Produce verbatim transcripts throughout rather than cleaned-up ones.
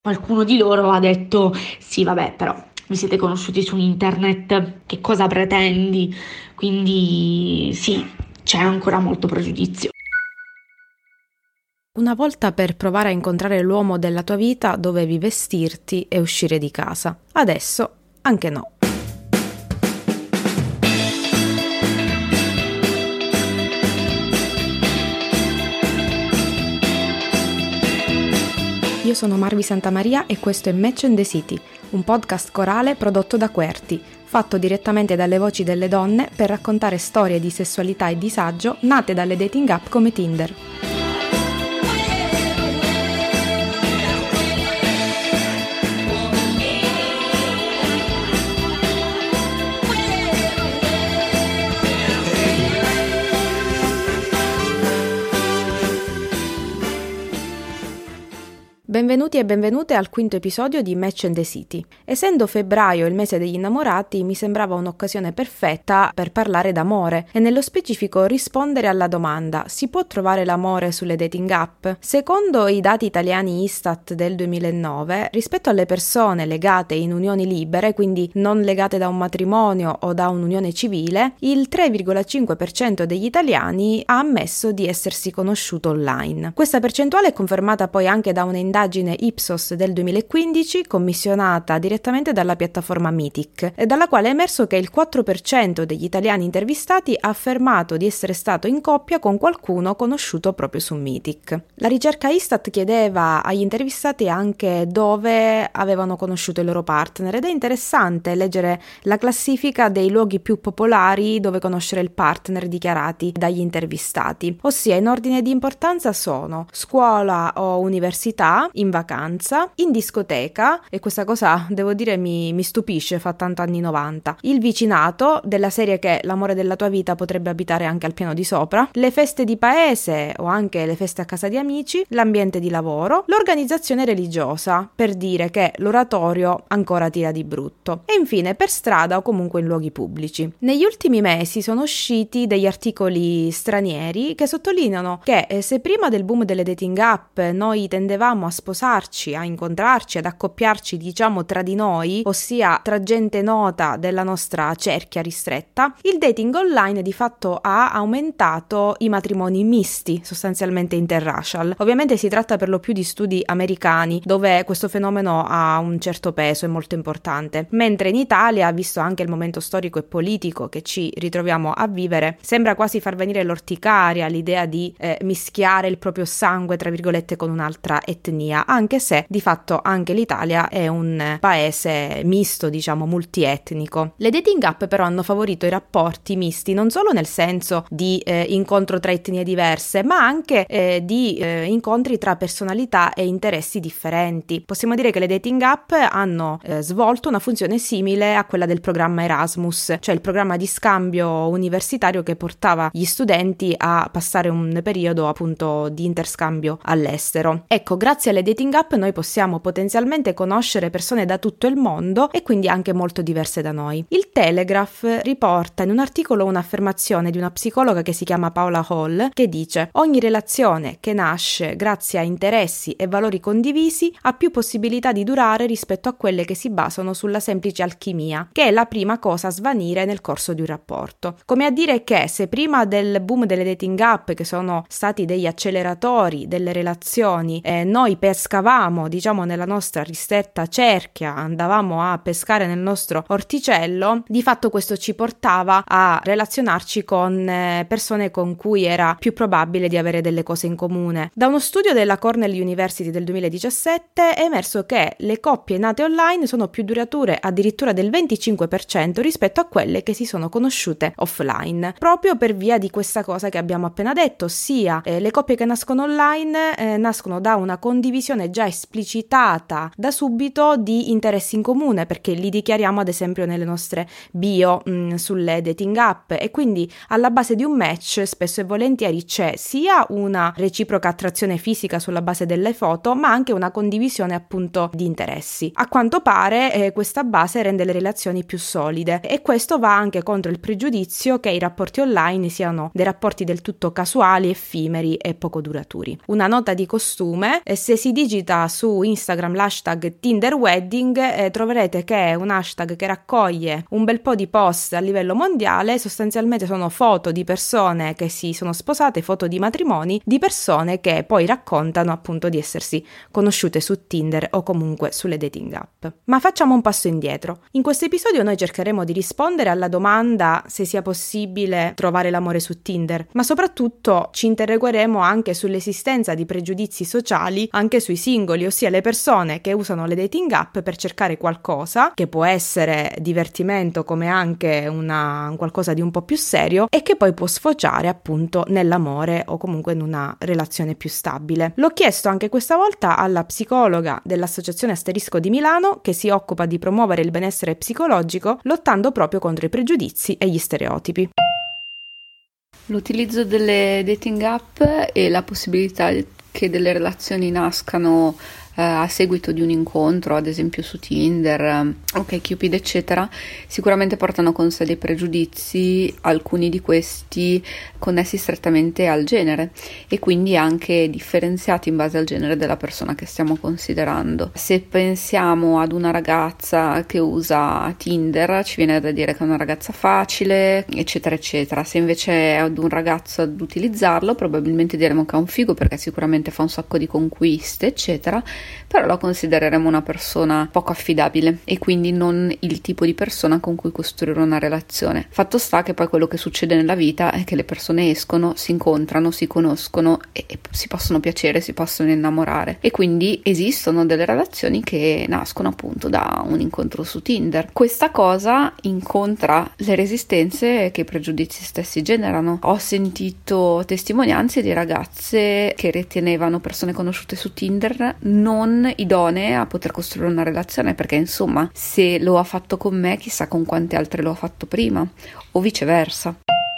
Qualcuno di loro ha detto: sì, vabbè, però vi siete conosciuti su internet, che cosa pretendi? Quindi sì, c'è ancora molto pregiudizio. Una volta per provare a incontrare l'uomo della tua vita dovevi vestirti e uscire di casa. Adesso anche no. Io sono Marvi Santamaria e questo è Match and the City, un podcast corale prodotto da Querti, fatto direttamente dalle voci delle donne per raccontare storie di sessualità e disagio nate dalle dating app come Tinder. Benvenuti e benvenute al quinto episodio di Match and the City. Essendo febbraio il mese degli innamorati, mi sembrava un'occasione perfetta per parlare d'amore e nello specifico rispondere alla domanda: si può trovare l'amore sulle dating app? Secondo i dati italiani Istat del duemilanove, rispetto alle persone legate in unioni libere, quindi non legate da un matrimonio o da un'unione civile, il tre virgola cinque per cento degli italiani ha ammesso di essersi conosciuto online. Questa percentuale è confermata poi anche da un'indagine Ipsos del duemilaquindici commissionata direttamente dalla piattaforma Meetic, e dalla quale è emerso che il quattro per cento degli italiani intervistati ha affermato di essere stato in coppia con qualcuno conosciuto proprio su Meetic. La ricerca Istat chiedeva agli intervistati anche dove avevano conosciuto il loro partner ed è interessante leggere la classifica dei luoghi più popolari dove conoscere il partner dichiarati dagli intervistati, ossia in ordine di importanza sono scuola o università, in vacanza, in discoteca, e questa cosa devo dire mi, mi stupisce, fa tanto anni novanta, il vicinato, della serie che l'amore della tua vita potrebbe abitare anche al piano di sopra, le feste di paese o anche le feste a casa di amici, l'ambiente di lavoro, l'organizzazione religiosa, per dire che l'oratorio ancora tira di brutto, e infine per strada o comunque in luoghi pubblici. Negli ultimi mesi sono usciti degli articoli stranieri che sottolineano che eh, se prima del boom delle dating app noi tendevamo a sposarci, a incontrarci, ad accoppiarci, diciamo, tra di noi, ossia tra gente nota della nostra cerchia ristretta, il dating online di fatto ha aumentato i matrimoni misti, sostanzialmente interracial. Ovviamente si tratta per lo più di studi americani, dove questo fenomeno ha un certo peso, è molto importante, mentre in Italia, visto anche il momento storico e politico che ci ritroviamo a vivere, sembra quasi far venire l'orticaria l'idea di eh, mischiare il proprio sangue, tra virgolette, con un'altra etnia, anche se di fatto anche l'Italia è un paese misto, diciamo multietnico. Le dating app però hanno favorito i rapporti misti non solo nel senso di eh, incontro tra etnie diverse, ma anche eh, di eh, incontri tra personalità e interessi differenti. Possiamo dire che le dating app hanno eh, svolto una funzione simile a quella del programma Erasmus, cioè il programma di scambio universitario che portava gli studenti a passare un periodo appunto di interscambio all'estero. Ecco, grazie alle dating app noi possiamo potenzialmente conoscere persone da tutto il mondo e quindi anche molto diverse da noi. Il Telegraph riporta in un articolo un'affermazione di una psicologa che si chiama Paola Hall, che dice: ogni relazione che nasce grazie a interessi e valori condivisi ha più possibilità di durare rispetto a quelle che si basano sulla semplice alchimia, che è la prima cosa a svanire nel corso di un rapporto. Come a dire che se prima del boom delle dating app, che sono stati degli acceleratori delle relazioni, eh, noi pescavamo, diciamo, nella nostra ristretta cerchia, andavamo a pescare nel nostro orticello, di fatto questo ci portava a relazionarci con eh, persone con cui era più probabile di avere delle cose in comune. Da uno studio della Cornell University del duemiladiciassette è emerso che le coppie nate online sono più durature addirittura del venticinque per cento rispetto a quelle che si sono conosciute offline, proprio per via di questa cosa che abbiamo appena detto, ossia eh, le coppie che nascono online eh, nascono da una condivisione già esplicitata da subito di interessi in comune, perché li dichiariamo ad esempio nelle nostre bio mh, sulle dating app, e quindi alla base di un match spesso e volentieri c'è sia una reciproca attrazione fisica sulla base delle foto, ma anche una condivisione appunto di interessi. A quanto pare eh, questa base rende le relazioni più solide, e questo va anche contro il pregiudizio che i rapporti online siano dei rapporti del tutto casuali, effimeri e poco duraturi. Una nota di costume: e se si dice digita su Instagram l'hashtag Tinder Wedding e troverete che è un hashtag che raccoglie un bel po' di post a livello mondiale. Sostanzialmente sono foto di persone che si sono sposate, foto di matrimoni di persone che poi raccontano appunto di essersi conosciute su Tinder o comunque sulle dating app. Ma facciamo un passo indietro. In questo episodio noi cercheremo di rispondere alla domanda se sia possibile trovare l'amore su Tinder, ma soprattutto ci interrogheremo anche sull'esistenza di pregiudizi sociali anche sui singoli, ossia le persone che usano le dating app per cercare qualcosa che può essere divertimento come anche una, un qualcosa di un po' più serio e che poi può sfociare appunto nell'amore o comunque in una relazione più stabile. L'ho chiesto anche questa volta alla psicologa dell'Associazione Asterisco di Milano, che si occupa di promuovere il benessere psicologico lottando proprio contro i pregiudizi e gli stereotipi. L'utilizzo delle dating app e la possibilità che delle relazioni nascano eh, a seguito di un incontro, ad esempio su Tinder, OkCupid eccetera, sicuramente portano con sé dei pregiudizi, alcuni di questi connessi strettamente al genere e quindi anche differenziati in base al genere della persona che stiamo considerando. Se pensiamo ad una ragazza che usa Tinder, ci viene da dire che è una ragazza facile, eccetera eccetera. Se invece è ad un ragazzo ad utilizzarlo, probabilmente diremo che è un figo perché sicuramente fa un sacco di conquiste eccetera, però lo considereremo una persona poco affidabile e quindi non il tipo di persona con cui costruire una relazione. Fatto sta che poi quello che succede nella vita è che le persone escono, si incontrano, si conoscono e, e si possono piacere, si possono innamorare e quindi esistono delle relazioni che nascono appunto da un incontro su Tinder. Questa cosa incontra le resistenze che i pregiudizi stessi generano. Ho sentito testimonianze di ragazze che ritenevano persone conosciute su Tinder non idonee a poter costruire una relazione perché insomma se lo ha fatto con me chissà con quante altre lo ha fatto prima o viceversa.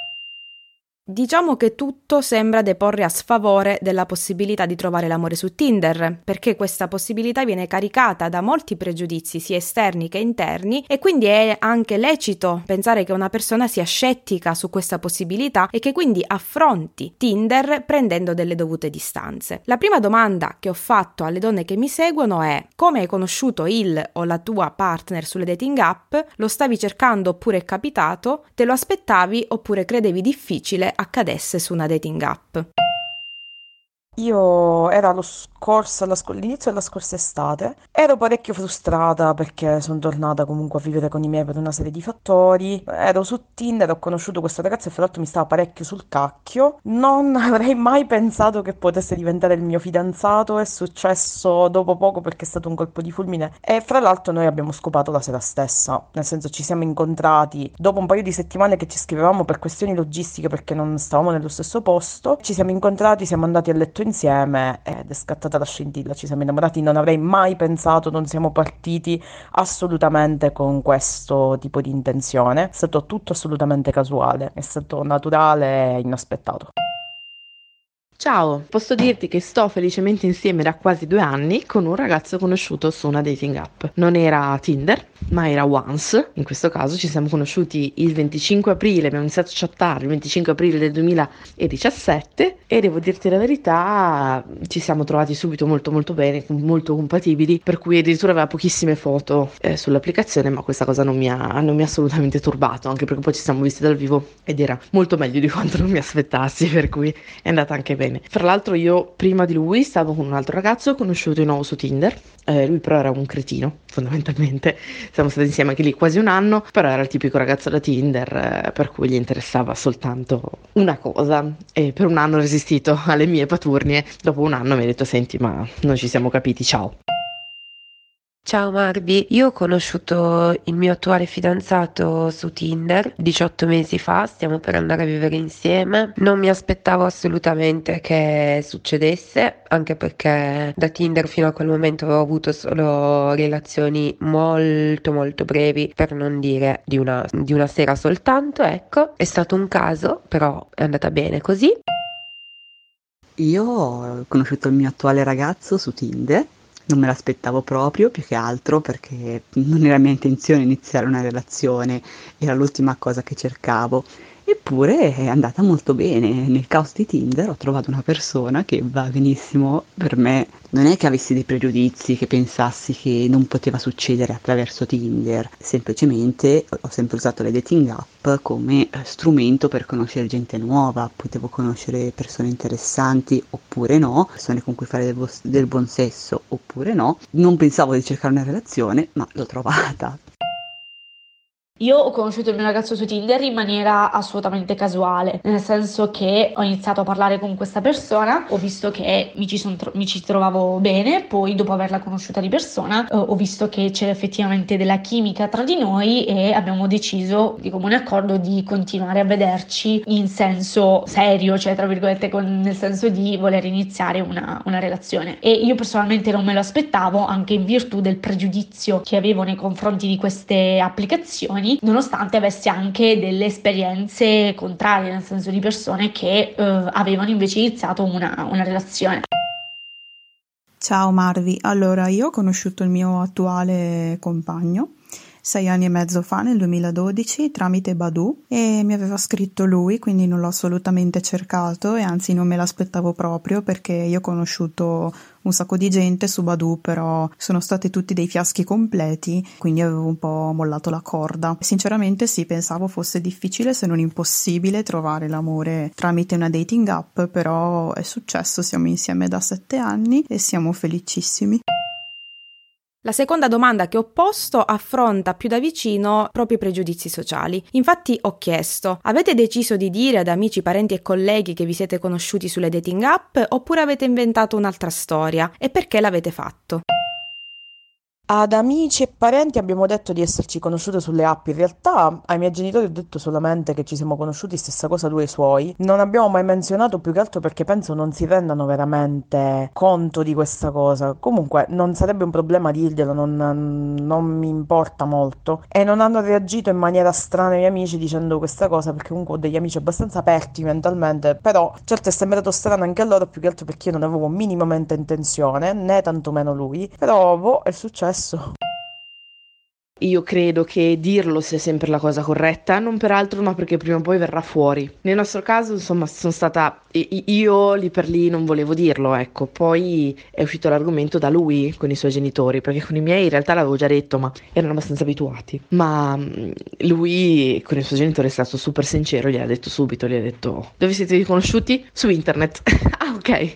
Diciamo che tutto sembra deporre a sfavore della possibilità di trovare l'amore su Tinder, perché questa possibilità viene caricata da molti pregiudizi sia esterni che interni e quindi è anche lecito pensare che una persona sia scettica su questa possibilità e che quindi affronti Tinder prendendo delle dovute distanze. La prima domanda che ho fatto alle donne che mi seguono è: come hai conosciuto il o la tua partner sulle dating app? Lo stavi cercando oppure è capitato? Te lo aspettavi oppure credevi difficile accadesse su una dating app? Io era lo scorso, alla scu- all'inizio della scorsa estate, ero parecchio frustrata perché sono tornata comunque a vivere con i miei per una serie di fattori. Ero su Tinder, ho conosciuto questa ragazza e fra l'altro mi stava parecchio sul cacchio. Non avrei mai pensato che potesse diventare il mio fidanzato, è successo dopo poco perché è stato un colpo di fulmine e fra l'altro noi abbiamo scopato la sera stessa, nel senso ci siamo incontrati dopo un paio di settimane che ci scrivevamo per questioni logistiche perché non stavamo nello stesso posto, ci siamo incontrati, siamo andati a letto insieme ed è scattata la scintilla, ci siamo innamorati. Non avrei mai pensato, non siamo partiti assolutamente con questo tipo di intenzione, è stato tutto assolutamente casuale, è stato naturale e inaspettato. Ciao, posso dirti che sto felicemente insieme da quasi due anni con un ragazzo conosciuto su una dating app. Non era Tinder, ma era Once. In questo caso ci siamo conosciuti il venticinque aprile, abbiamo iniziato a chattare il venticinque aprile del duemiladiciassette e devo dirti la verità, ci siamo trovati subito molto molto bene, molto compatibili, per cui addirittura aveva pochissime foto eh, sull'applicazione, ma questa cosa non mi, ha, non mi ha assolutamente turbato, anche perché poi ci siamo visti dal vivo ed era molto meglio di quanto non mi aspettassi, per cui è andata anche bene. Fra l'altro io prima di lui stavo con un altro ragazzo conosciuto di nuovo su Tinder, eh, lui però era un cretino fondamentalmente, siamo stati insieme anche lì quasi un anno, però era il tipico ragazzo da Tinder, eh, per cui gli interessava soltanto una cosa e per un anno ho resistito alle mie paturnie, dopo un anno mi ha detto senti ma non ci siamo capiti, ciao. Ciao Marbi, io ho conosciuto il mio attuale fidanzato su Tinder diciotto mesi fa, stiamo per andare a vivere insieme. Non mi aspettavo assolutamente che succedesse, anche perché da Tinder fino a quel momento avevo avuto solo relazioni molto molto brevi, per non dire di una, di una sera soltanto, ecco. È stato un caso, però è andata bene così. Io ho conosciuto il mio attuale ragazzo su Tinder. Non me l'aspettavo proprio, più che altro perché non era mia intenzione iniziare una relazione, era l'ultima cosa che cercavo Eppure è andata molto bene. Nel caos di Tinder ho trovato una persona che va benissimo per me. Non è che avessi dei pregiudizi, che pensassi che non poteva succedere attraverso Tinder, semplicemente ho sempre usato le dating app come strumento per conoscere gente nuova, potevo conoscere persone interessanti oppure no, persone con cui fare del, vo- del buon sesso oppure no. Non pensavo di cercare una relazione, ma l'ho trovata. Io ho conosciuto il mio ragazzo su Tinder in maniera assolutamente casuale, nel senso che ho iniziato a parlare con questa persona, ho visto che mi ci, son tro- mi ci trovavo bene, poi dopo averla conosciuta di persona eh, ho visto che c'era effettivamente della chimica tra di noi e abbiamo deciso di comune accordo di continuare a vederci in senso serio, cioè tra virgolette con, nel senso di voler iniziare una, una relazione. E io personalmente non me lo aspettavo, anche in virtù del pregiudizio che avevo nei confronti di queste applicazioni, nonostante avessi anche delle esperienze contrarie, nel senso di persone che eh, avevano invece iniziato una, una relazione. Ciao Marvi, allora io ho conosciuto il mio attuale compagno sei anni e mezzo fa, nel duemiladodici, tramite Badoo, e mi aveva scritto lui, quindi non l'ho assolutamente cercato e anzi non me l'aspettavo proprio, perché io ho conosciuto un sacco di gente su Badoo, però sono stati tutti dei fiaschi completi, quindi avevo un po' mollato la corda. Sinceramente sì, pensavo fosse difficile se non impossibile trovare l'amore tramite una dating app, però è successo, siamo insieme da sette anni e siamo felicissimi. La seconda domanda che ho posto affronta più da vicino proprio i pregiudizi sociali. Infatti ho chiesto: avete deciso di dire ad amici, parenti e colleghi che vi siete conosciuti sulle dating app oppure avete inventato un'altra storia? E perché l'avete fatto? Ad amici e parenti abbiamo detto di esserci conosciute sulle app. In realtà ai miei genitori ho detto solamente che ci siamo conosciuti, stessa cosa lui e i suoi. Non abbiamo mai menzionato, più che altro perché penso non si rendano veramente conto di questa cosa. Comunque non sarebbe un problema dirglielo, non, non mi importa molto. E non hanno reagito in maniera strana i miei amici dicendo questa cosa, perché comunque ho degli amici abbastanza aperti mentalmente. Però certo è sembrato strano anche a loro, più che altro perché io non avevo minimamente intenzione, né tantomeno lui. Però boh, è successo. Io credo che dirlo sia sempre la cosa corretta, non per altro, ma perché prima o poi verrà fuori. Nel nostro caso, insomma, sono stata i- io lì per lì non volevo dirlo, ecco. Poi è uscito l'argomento da lui con i suoi genitori, perché con i miei in realtà l'avevo già detto, ma erano abbastanza abituati. Ma mh, lui con i suoi genitori è stato super sincero, gli ha detto subito, gli ha detto: dove siete conosciuti? Su internet. Ah, ok.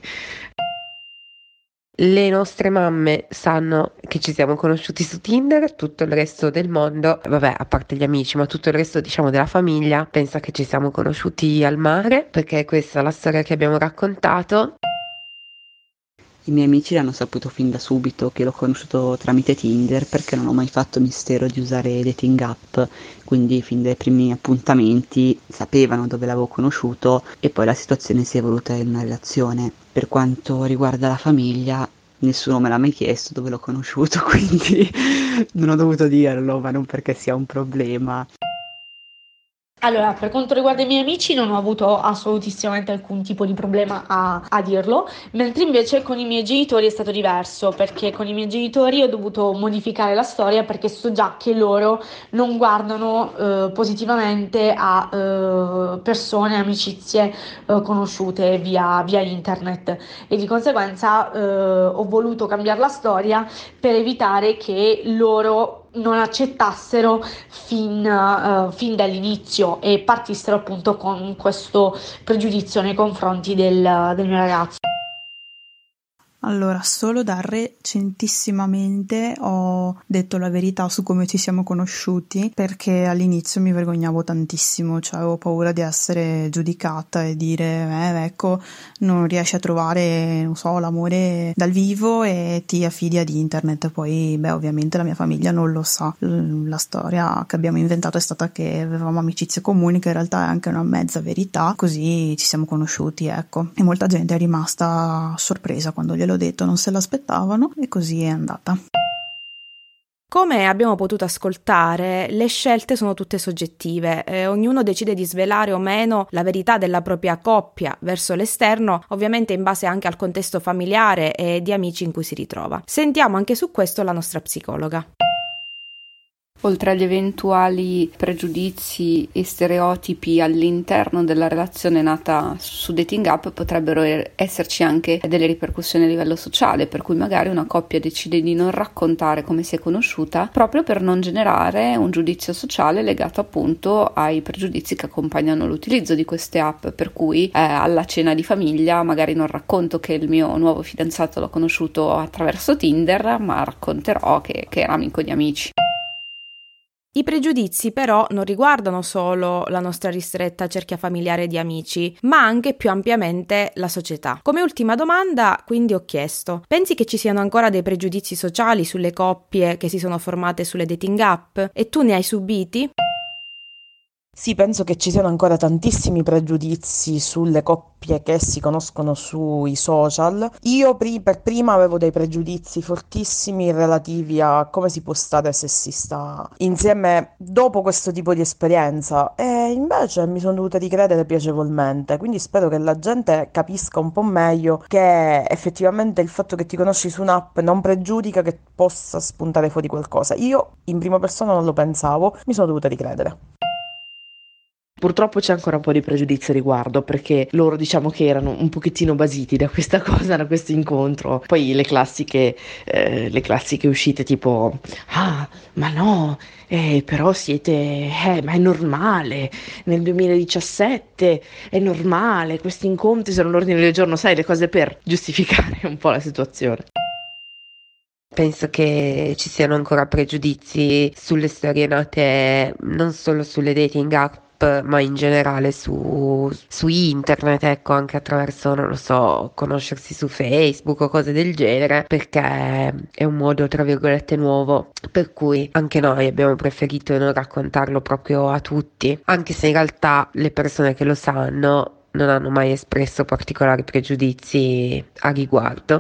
Le nostre mamme sanno che ci siamo conosciuti su Tinder, tutto il resto del mondo, vabbè, a parte gli amici, ma tutto il resto, diciamo, della famiglia pensa che ci siamo conosciuti al mare, perché questa è la storia che abbiamo raccontato. I miei amici l'hanno saputo fin da subito che l'ho conosciuto tramite Tinder, perché non ho mai fatto mistero di usare dating app, quindi fin dai primi appuntamenti sapevano dove l'avevo conosciuto e poi la situazione si è evoluta in una relazione. Per quanto riguarda la famiglia, nessuno me l'ha mai chiesto dove l'ho conosciuto, quindi non ho dovuto dirlo, ma non perché sia un problema. Allora, per quanto riguarda i miei amici non ho avuto assolutissimamente alcun tipo di problema a, a dirlo, mentre invece con i miei genitori è stato diverso, perché con i miei genitori ho dovuto modificare la storia perché so già che loro non guardano eh, positivamente a eh, persone, amicizie eh, conosciute via, via internet, e di conseguenza eh, ho voluto cambiare la storia per evitare che loro non accettassero fin, uh, fin dall'inizio e partissero appunto con questo pregiudizio nei confronti del, del mio ragazzo. Allora, solo da recentissimamente ho detto la verità su come ci siamo conosciuti, perché all'inizio mi vergognavo tantissimo, cioè avevo paura di essere giudicata e dire eh, ecco, non riesci a trovare, non so, l'amore dal vivo e ti affidi ad internet. Poi, beh, ovviamente la mia famiglia non lo sa. La storia che abbiamo inventato è stata che avevamo amicizie comuni, che in realtà è anche una mezza verità, così ci siamo conosciuti, ecco. E molta gente è rimasta sorpresa quando glielo detto, non se l'aspettavano e così è andata. Come abbiamo potuto ascoltare, le scelte sono tutte soggettive, eh, ognuno decide di svelare o meno la verità della propria coppia verso l'esterno, ovviamente in base anche al contesto familiare e di amici in cui si ritrova. Sentiamo anche su questo la nostra psicologa. Oltre agli eventuali pregiudizi e stereotipi all'interno della relazione nata su dating app, potrebbero esserci anche delle ripercussioni a livello sociale, per cui magari una coppia decide di non raccontare come si è conosciuta proprio per non generare un giudizio sociale legato appunto ai pregiudizi che accompagnano l'utilizzo di queste app, per cui eh, alla cena di famiglia magari non racconto che il mio nuovo fidanzato l'ho conosciuto attraverso Tinder, ma racconterò che, che era amico di amici. I pregiudizi però non riguardano solo la nostra ristretta cerchia familiare di amici, ma anche più ampiamente la società. Come ultima domanda, quindi, ho chiesto: pensi che ci siano ancora dei pregiudizi sociali sulle coppie che si sono formate sulle dating app? E tu ne hai subiti? Sì, penso che ci siano ancora tantissimi pregiudizi sulle coppie che si conoscono sui social. Io pri- per prima avevo dei pregiudizi fortissimi relativi a come si può stare se si sta insieme dopo questo tipo di esperienza, e invece mi sono dovuta ricredere piacevolmente, quindi spero che la gente capisca un po' meglio che effettivamente il fatto che ti conosci su un'app non pregiudica che possa spuntare fuori qualcosa. Io in prima persona non lo pensavo, mi sono dovuta ricredere. Purtroppo c'è ancora un po' di pregiudizio a riguardo, perché loro diciamo che erano un pochettino basiti da questa cosa, da questo incontro. Poi le classiche, eh, le classiche uscite tipo: ah, ma no, eh, però siete, eh, ma è normale, nel duemiladiciassette è normale, questi incontri sono l'ordine del giorno, sai, le cose per giustificare un po' la situazione. Penso che ci siano ancora pregiudizi sulle storie nate non solo sulle dating app, ma in generale su, su internet, ecco, anche attraverso, non lo so, conoscersi su Facebook o cose del genere, perché è un modo, tra virgolette, nuovo, per cui anche noi abbiamo preferito non raccontarlo proprio a tutti, anche se in realtà le persone che lo sanno non hanno mai espresso particolari pregiudizi a riguardo.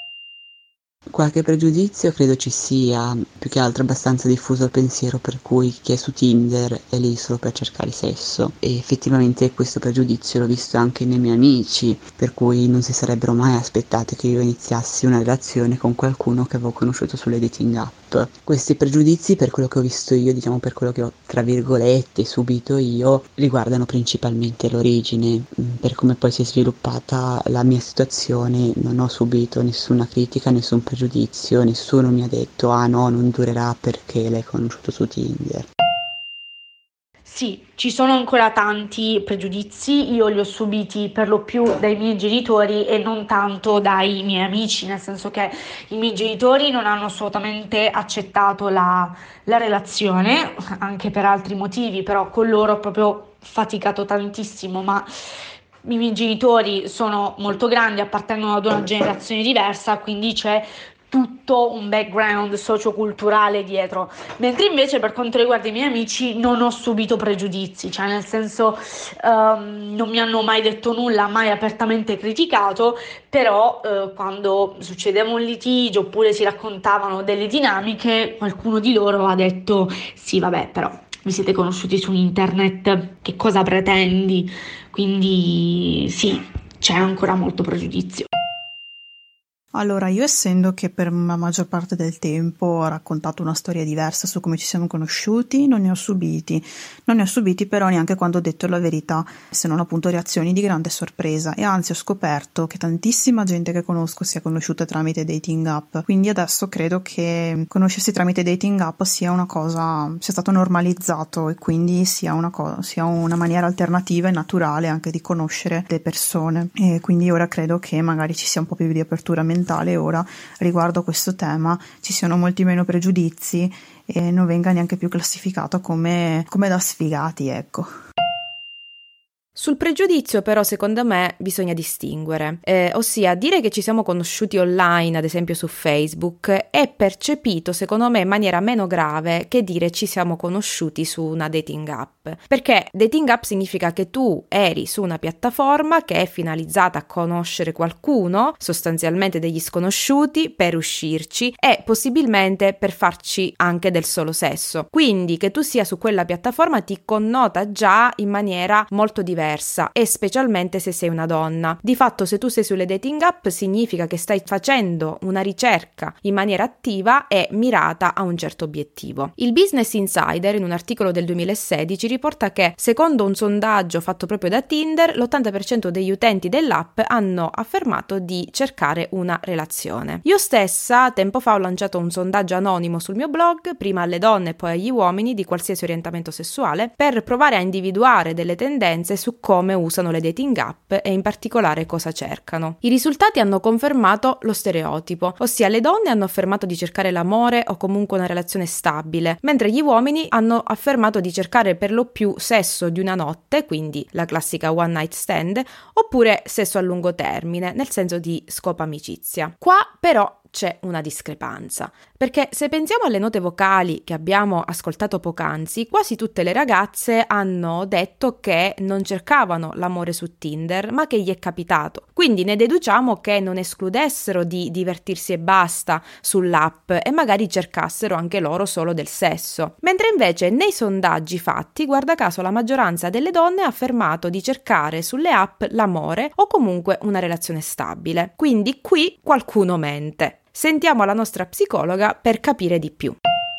Qualche pregiudizio credo ci sia, più che altro abbastanza diffuso il pensiero per cui chi è su Tinder è lì solo per cercare sesso, e effettivamente questo pregiudizio l'ho visto anche nei miei amici, per cui non si sarebbero mai aspettati che io iniziassi una relazione con qualcuno che avevo conosciuto sulle dating app. Questi pregiudizi, per quello che ho visto io, diciamo per quello che ho tra virgolette subito io, riguardano principalmente l'origine. Per come poi si è sviluppata la mia situazione non ho subito nessuna critica, nessun pregiudizio, nessuno mi ha detto ah no, non durerà perché l'hai conosciuto su Tinder. Sì, ci sono ancora tanti pregiudizi, io li ho subiti per lo più dai miei genitori e non tanto dai miei amici, nel senso che i miei genitori non hanno assolutamente accettato la, la relazione, anche per altri motivi, però con loro ho proprio faticato tantissimo, ma i miei genitori sono molto grandi, appartengono ad una generazione diversa, quindi c'è tutto un background socioculturale dietro, mentre invece per quanto riguarda i miei amici non ho subito pregiudizi, cioè nel senso um, non mi hanno mai detto nulla, mai apertamente criticato, però uh, quando succedeva un litigio oppure si raccontavano delle dinamiche, qualcuno di loro ha detto sì vabbè, però vi siete conosciuti su internet, che cosa pretendi? Quindi sì, c'è ancora molto pregiudizio. Allora, io essendo che per la maggior parte del tempo ho raccontato una storia diversa su come ci siamo conosciuti, non ne ho subiti. Non ne ho subiti però neanche quando ho detto la verità, se non appunto reazioni di grande sorpresa, e anzi ho scoperto che tantissima gente che conosco si è conosciuta tramite dating app, quindi adesso credo che conoscersi tramite dating app sia una cosa, sia stato normalizzato e quindi sia una, co- sia una maniera alternativa e naturale anche di conoscere le persone, e quindi ora credo che magari ci sia un po' più di apertura mentale ora riguardo a questo tema, ci siano molti meno pregiudizi e non venga neanche più classificato come, come da sfigati, ecco. Sul pregiudizio però secondo me bisogna distinguere, eh, ossia dire che ci siamo conosciuti online, ad esempio su Facebook, è percepito secondo me in maniera meno grave che dire ci siamo conosciuti su una dating app, perché dating app significa che tu eri su una piattaforma che è finalizzata a conoscere qualcuno, sostanzialmente degli sconosciuti, per uscirci e possibilmente per farci anche del solo sesso, quindi che tu sia su quella piattaforma ti connota già in maniera molto diversa diversa, e specialmente se sei una donna. Di fatto, se tu sei sulle dating app, significa che stai facendo una ricerca in maniera attiva e mirata a un certo obiettivo. Il Business Insider, in un articolo del duemilasedici, riporta che, secondo un sondaggio fatto proprio da Tinder, l'ottanta per cento degli utenti dell'app hanno affermato di cercare una relazione. Io stessa, tempo fa, ho lanciato un sondaggio anonimo sul mio blog, prima alle donne e poi agli uomini di qualsiasi orientamento sessuale, per provare a individuare delle tendenze su come usano le dating app e in particolare cosa cercano. I risultati hanno confermato lo stereotipo, ossia le donne hanno affermato di cercare l'amore o comunque una relazione stabile, mentre gli uomini hanno affermato di cercare per lo più sesso di una notte, quindi la classica one night stand, oppure sesso a lungo termine, nel senso di scopo amicizia. Qua però c'è una discrepanza, perché se pensiamo alle note vocali che abbiamo ascoltato poc'anzi, quasi tutte le ragazze hanno detto che non cercavano l'amore su Tinder, ma che gli è capitato. Quindi ne deduciamo che non escludessero di divertirsi e basta sull'app e magari cercassero anche loro solo del sesso. Mentre invece nei sondaggi fatti, guarda caso, la maggioranza delle donne ha affermato di cercare sulle app l'amore o comunque una relazione stabile. Quindi qui qualcuno mente. Sentiamo la nostra psicologa per capire di più.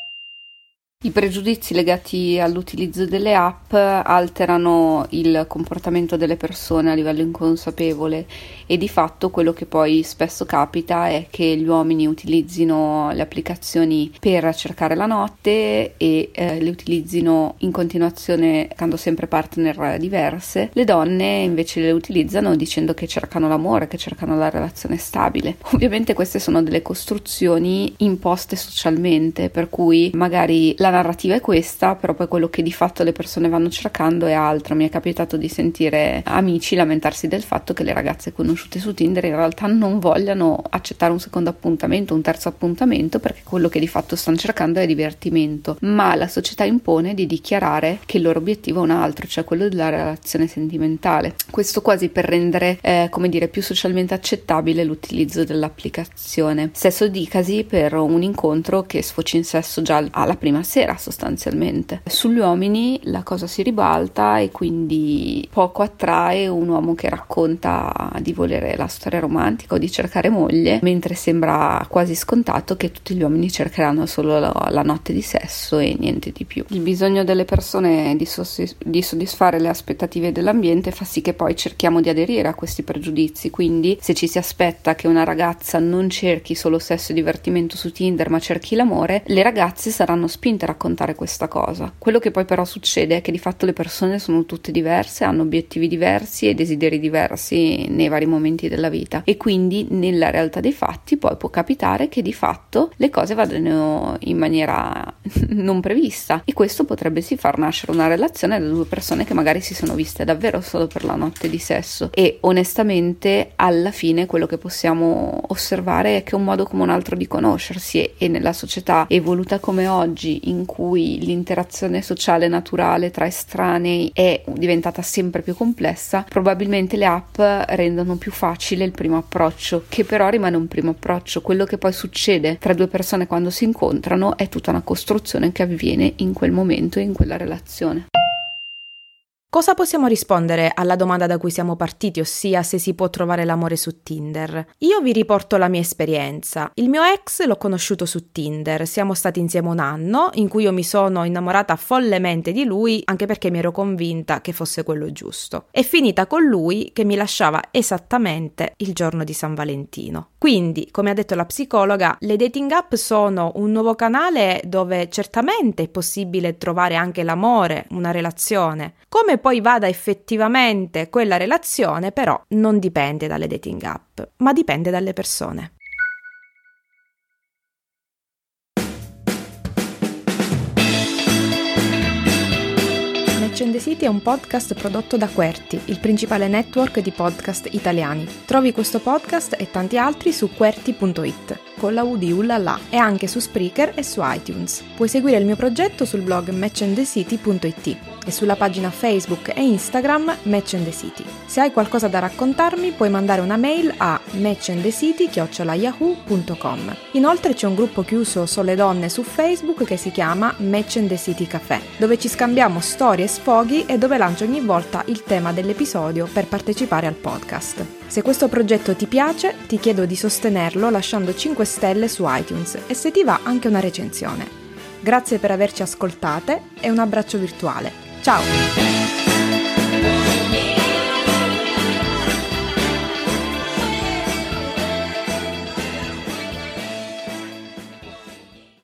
I pregiudizi legati all'utilizzo delle app alterano il comportamento delle persone a livello inconsapevole, e di fatto quello che poi spesso capita è che gli uomini utilizzino le applicazioni per cercare la notte e eh, le utilizzino in continuazione cercando sempre partner diverse. Le donne invece le utilizzano dicendo che cercano l'amore, che cercano la relazione stabile. Ovviamente queste sono delle costruzioni imposte socialmente, per cui magari la narrativa è questa, però poi quello che di fatto le persone vanno cercando è altro. Mi è capitato di sentire amici lamentarsi del fatto che le ragazze conosciute su Tinder in realtà non vogliano accettare un secondo appuntamento, un terzo appuntamento, perché quello che di fatto stanno cercando è divertimento, ma la società impone di dichiarare che il loro obiettivo è un altro, cioè quello della relazione sentimentale. Questo quasi per rendere, eh, come dire, più socialmente accettabile l'utilizzo dell'applicazione. Stesso dicasi per un incontro che sfocia in sesso già alla prima sera, sostanzialmente. Sugli uomini la cosa si ribalta e quindi poco attrae un uomo che racconta di volere la storia romantica o di cercare moglie, mentre sembra quasi scontato che tutti gli uomini cercheranno solo la, la notte di sesso e niente di più. Il bisogno delle persone di, sossi- di soddisfare le aspettative dell'ambiente fa sì che poi cerchiamo di aderire a questi pregiudizi, quindi se ci si aspetta che una ragazza non cerchi solo sesso e divertimento su Tinder ma cerchi l'amore, le ragazze saranno spinte a raccontare questa cosa. Quello che poi però succede è che di fatto le persone sono tutte diverse, hanno obiettivi diversi e desideri diversi nei vari momenti della vita, e quindi nella realtà dei fatti poi può capitare che di fatto le cose vadano in maniera non prevista, e questo potrebbe sì far nascere una relazione da due persone che magari si sono viste davvero solo per la notte di sesso. E onestamente alla fine quello che possiamo osservare è che è un modo come un altro di conoscersi, e, e nella società evoluta come oggi, in cui l'interazione sociale naturale tra estranei è diventata sempre più complessa, probabilmente le app rendono più facile il primo approccio, che però rimane un primo approccio. Quello che poi succede tra due persone quando si incontrano è tutta una costruzione che avviene in quel momento e in quella relazione. Cosa possiamo rispondere alla domanda da cui siamo partiti, ossia se si può trovare l'amore su Tinder? Io vi riporto la mia esperienza. Il mio ex l'ho conosciuto su Tinder, siamo stati insieme un anno in cui io mi sono innamorata follemente di lui, anche perché mi ero convinta che fosse quello giusto. È finita con lui che mi lasciava esattamente il giorno di San Valentino. Quindi, come ha detto la psicologa, le dating app sono un nuovo canale dove certamente è possibile trovare anche l'amore, una relazione. Come poi vada effettivamente quella relazione, però, non dipende dalle dating app, ma dipende dalle persone. Match and the City è un podcast prodotto da Qwerty, il principale network di podcast italiani. Trovi questo podcast e tanti altri su qwerty punto it, con la U di Ullala, e anche su Spreaker e su iTunes. Puoi seguire il mio progetto sul blog match and the city punto it e sulla pagina Facebook e Instagram Match and the City. Se hai qualcosa da raccontarmi puoi mandare una mail a matchandthecity chiocciola yahoo punto com. Inoltre c'è un gruppo chiuso sole donne su Facebook che si chiama Match and the City Café, dove ci scambiamo storie e sfoghi sfoghi e dove lancio ogni volta il tema dell'episodio per partecipare al podcast. Se questo progetto ti piace, ti chiedo di sostenerlo lasciando cinque stelle su iTunes e se ti va anche una recensione. Grazie per averci ascoltate e un abbraccio virtuale. Ciao!